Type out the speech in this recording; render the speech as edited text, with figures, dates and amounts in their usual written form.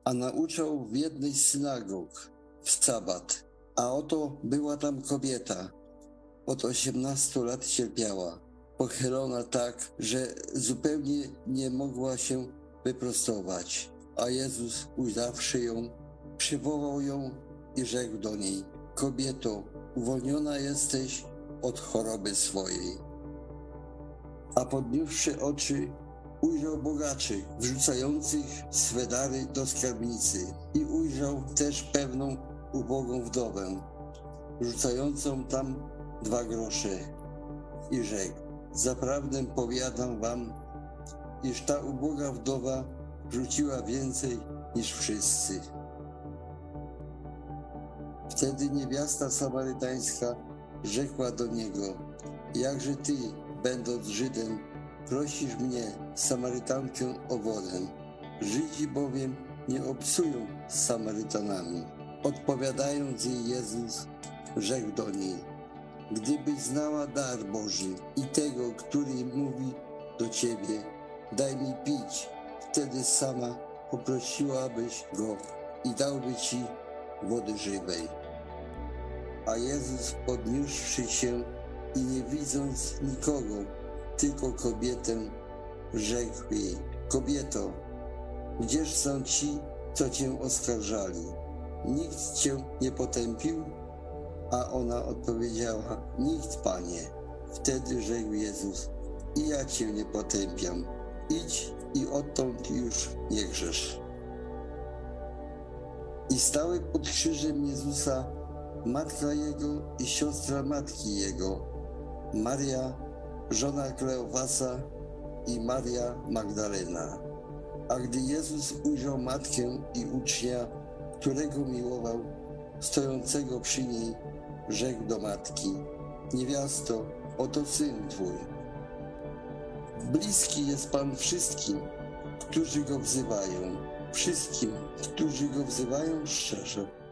a nauczał w jednej z synagog w sabat. A oto była tam kobieta, od 18 lat cierpiała, pochylona tak, że zupełnie nie mogła się wyprostować. A Jezus, ujrzawszy ją, przywołał ją i rzekł do niej: Kobieto, uwolniona jesteś od choroby swojej. A podniósłszy oczy, ujrzał bogaczy wrzucających swe dary do skarbnicy i ujrzał też pewną ubogą wdowę, rzucającą tam 2 grosze i rzekł: Zaprawdę powiadam wam, iż ta uboga wdowa rzuciła więcej niż wszyscy. Wtedy niewiasta samarytańska rzekła do niego: Jakże ty, będąc Żydem, prosisz mnie, Samarytankę, o wodę? Żydzi bowiem nie obcują z Samarytanami. Odpowiadając jej Jezus, rzekł do niej: Gdybyś znała dar Boży i tego, który mówi do ciebie: Daj mi pić, wtedy sama poprosiłabyś go i dałby ci wody żywej. A Jezus, podniósłszy się i nie widząc nikogo, tylko kobietę, rzekł jej: Kobieto, gdzież są ci, co cię oskarżali? Nikt cię nie potępił? A ona odpowiedziała: Nikt, Panie. Wtedy rzekł Jezus: I ja cię nie potępiam. Idź i odtąd już nie grzesz. I stały pod krzyżem Jezusa matka Jego i siostra matki Jego, Maria, żona Kleofasa i Maria Magdalena. A gdy Jezus ujrzał matkę i ucznia, którego miłował, stojącego przy niej, rzekł do matki: Niewiasto, oto syn twój. Bliski jest Pan wszystkim, którzy Go wzywają, wszystkim, którzy Go wzywają szczerze.